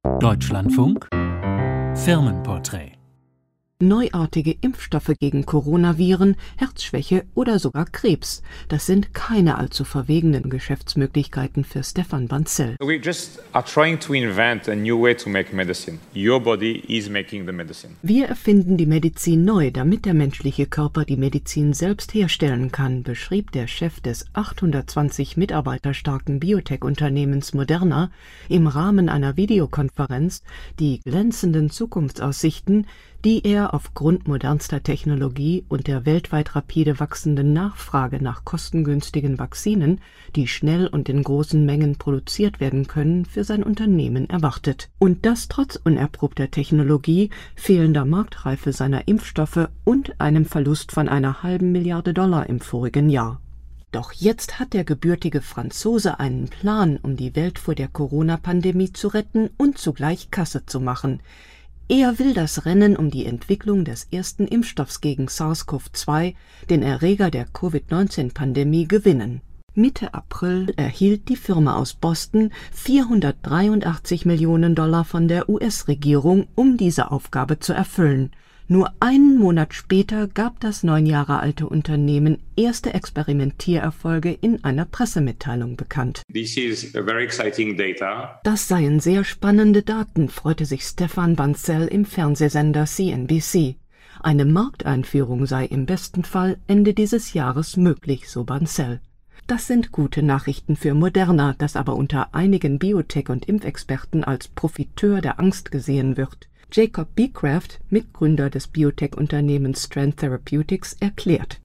Deutschlandfunk Firmenporträt. Neuartige Impfstoffe gegen Coronaviren, Herzschwäche oder sogar Krebs. Das sind keine allzu verwegenen Geschäftsmöglichkeiten für Stefan Bancel. We just are trying to invent a new way to make medicine. Your body is making the medicine. Wir erfinden die Medizin neu, damit der menschliche Körper die Medizin selbst herstellen kann, beschrieb der Chef des 820 Mitarbeiter starken Biotech-Unternehmens Moderna im Rahmen einer Videokonferenz die glänzenden Zukunftsaussichten, die er aufgrund modernster Technologie und der weltweit rapide wachsenden Nachfrage nach kostengünstigen Vakzinen, die schnell und in großen Mengen produziert werden können, für sein Unternehmen erwartet. Und das trotz unerprobter Technologie, fehlender Marktreife seiner Impfstoffe und einem Verlust von $500 Milliarden im vorigen Jahr. Doch jetzt hat der gebürtige Franzose einen Plan, um die Welt vor der Corona-Pandemie zu retten und zugleich Kasse zu machen. Er will das Rennen um die Entwicklung des ersten Impfstoffs gegen SARS-CoV-2, den Erreger der Covid-19-Pandemie, gewinnen. Mitte April erhielt die Firma aus Boston $483 Millionen von der US-Regierung, um diese Aufgabe zu erfüllen. Nur einen Monat später gab das 9 Jahre alte Unternehmen erste Experimentiererfolge in einer Pressemitteilung bekannt. This is a very exciting data. Das seien sehr spannende Daten, freute sich Stefan Bancel im Fernsehsender CNBC. Eine Markteinführung sei im besten Fall Ende dieses Jahres möglich, so Bancel. Das sind gute Nachrichten für Moderna, das aber unter einigen Biotech- und Impfexperten als Profiteur der Angst gesehen wird. Jacob Beecraft, Mitgründer des Biotech-Unternehmens Strand Therapeutics, erklärt: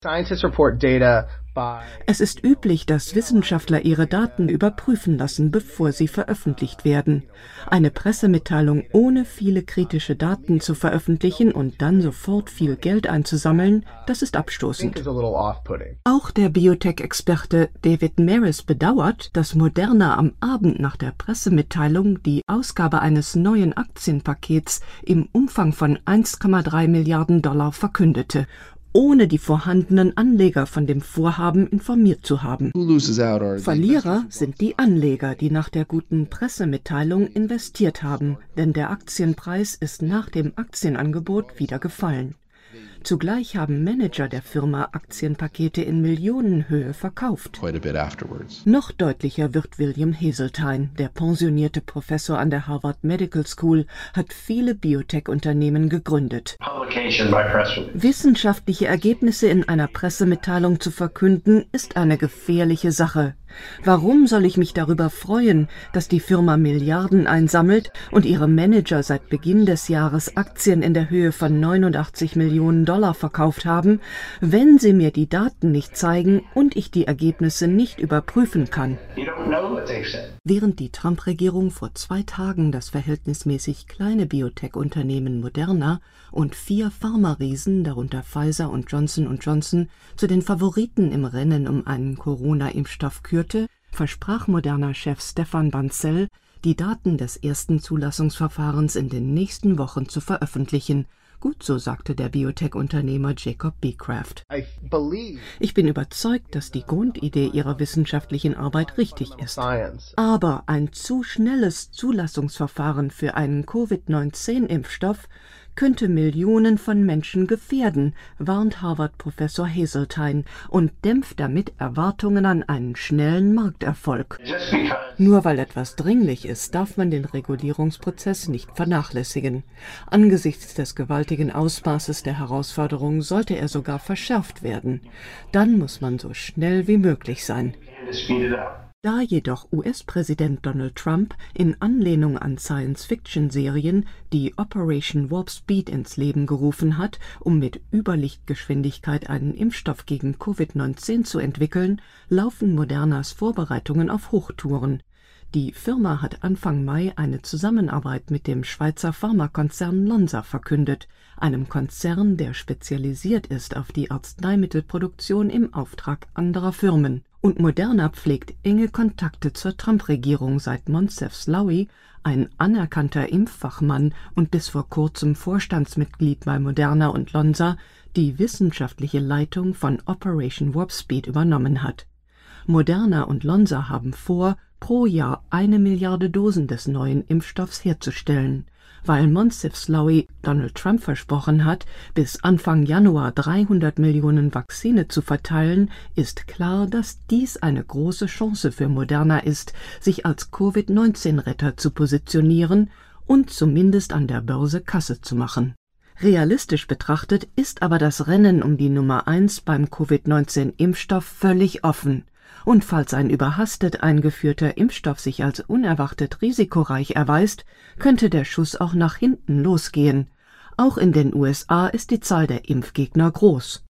Es ist üblich, dass Wissenschaftler ihre Daten überprüfen lassen, bevor sie veröffentlicht werden. Eine Pressemitteilung ohne viele kritische Daten zu veröffentlichen und dann sofort viel Geld einzusammeln, das ist abstoßend. Auch der Biotech-Experte David Maris bedauert, dass Moderna am Abend nach der Pressemitteilung die Ausgabe eines neuen Aktienpakets im Umfang von $1,3 Milliarden verkündete, ohne die vorhandenen Anleger von dem Vorhaben informiert zu haben. Verlierer sind die Anleger, die nach der guten Pressemitteilung investiert haben, denn der Aktienpreis ist nach dem Aktienangebot wieder gefallen. Zugleich haben Manager der Firma Aktienpakete in Millionenhöhe verkauft. Noch deutlicher wird William Haseltine, der pensionierte Professor an der Harvard Medical School, hat viele Biotech-Unternehmen gegründet. Wissenschaftliche Ergebnisse in einer Pressemitteilung zu verkünden, ist eine gefährliche Sache. Warum soll ich mich darüber freuen, dass die Firma Milliarden einsammelt und ihre Manager seit Beginn des Jahres Aktien in der Höhe von $89 Millionen verkauft haben, wenn sie mir die Daten nicht zeigen und ich die Ergebnisse nicht überprüfen kann? Während die Trump-Regierung vor 2 Tagen das verhältnismäßig kleine Biotech-Unternehmen Moderna und 4 Pharma-Riesen, darunter Pfizer und Johnson & Johnson, zu den Favoriten im Rennen um einen Corona-Impfstoff kürte, versprach Moderna-Chef Stefan Bancel, die Daten des ersten Zulassungsverfahrens in den nächsten Wochen zu veröffentlichen. Gut so, sagte der Biotech-Unternehmer Jacob Beecraft. Ich bin überzeugt, dass die Grundidee ihrer wissenschaftlichen Arbeit richtig ist. Aber ein zu schnelles Zulassungsverfahren für einen Covid-19-Impfstoff könnte Millionen von Menschen gefährden, warnt Harvard-Professor Haseltine und dämpft damit Erwartungen an einen schnellen Markterfolg. Nur weil etwas dringlich ist, darf man den Regulierungsprozess nicht vernachlässigen. Angesichts des gewaltigen Ausmaßes der Herausforderung sollte er sogar verschärft werden. Dann muss man so schnell wie möglich sein. Da jedoch US-Präsident Donald Trump in Anlehnung an Science-Fiction-Serien die Operation Warp Speed ins Leben gerufen hat, um mit Überlichtgeschwindigkeit einen Impfstoff gegen Covid-19 zu entwickeln, laufen Modernas Vorbereitungen auf Hochtouren. Die Firma hat Anfang Mai eine Zusammenarbeit mit dem Schweizer Pharmakonzern Lonza verkündet, einem Konzern, der spezialisiert ist auf die Arzneimittelproduktion im Auftrag anderer Firmen. Und Moderna pflegt enge Kontakte zur Trump-Regierung, seit Moncef Slaoui, ein anerkannter Impffachmann und bis vor kurzem Vorstandsmitglied bei Moderna und Lonza, die wissenschaftliche Leitung von Operation Warp Speed übernommen hat. Moderna und Lonza haben vor, pro Jahr 1 Milliarde Dosen des neuen Impfstoffs herzustellen. Weil Moncef Slaoui Donald Trump versprochen hat, bis Anfang Januar 300 Millionen Vakzine zu verteilen, ist klar, dass dies eine große Chance für Moderna ist, sich als Covid-19-Retter zu positionieren und zumindest an der Börse Kasse zu machen. Realistisch betrachtet ist aber das Rennen um die Nummer 1 beim Covid-19-Impfstoff völlig offen. Und falls ein überhastet eingeführter Impfstoff sich als unerwartet risikoreich erweist, könnte der Schuss auch nach hinten losgehen. Auch in den USA ist die Zahl der Impfgegner groß.